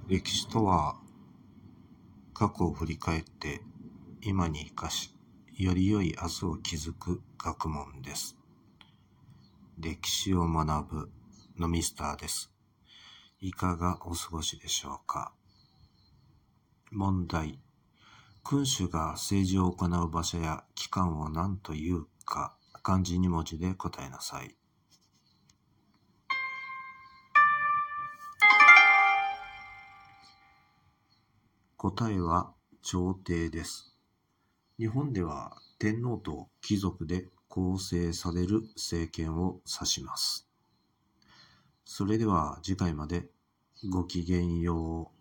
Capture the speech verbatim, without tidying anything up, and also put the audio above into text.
歴史とは、過去を振り返って今に生かし、より良い明日を築く学問です。歴史を学ぶのミスターです。いかがお過ごしでしょうか。問題。君主が政治を行う場所や機関を何というか、漢字に文字で答えなさい。答えは朝廷です。日本では天皇と貴族で構成される政権を指します。それでは次回までごきげんよう。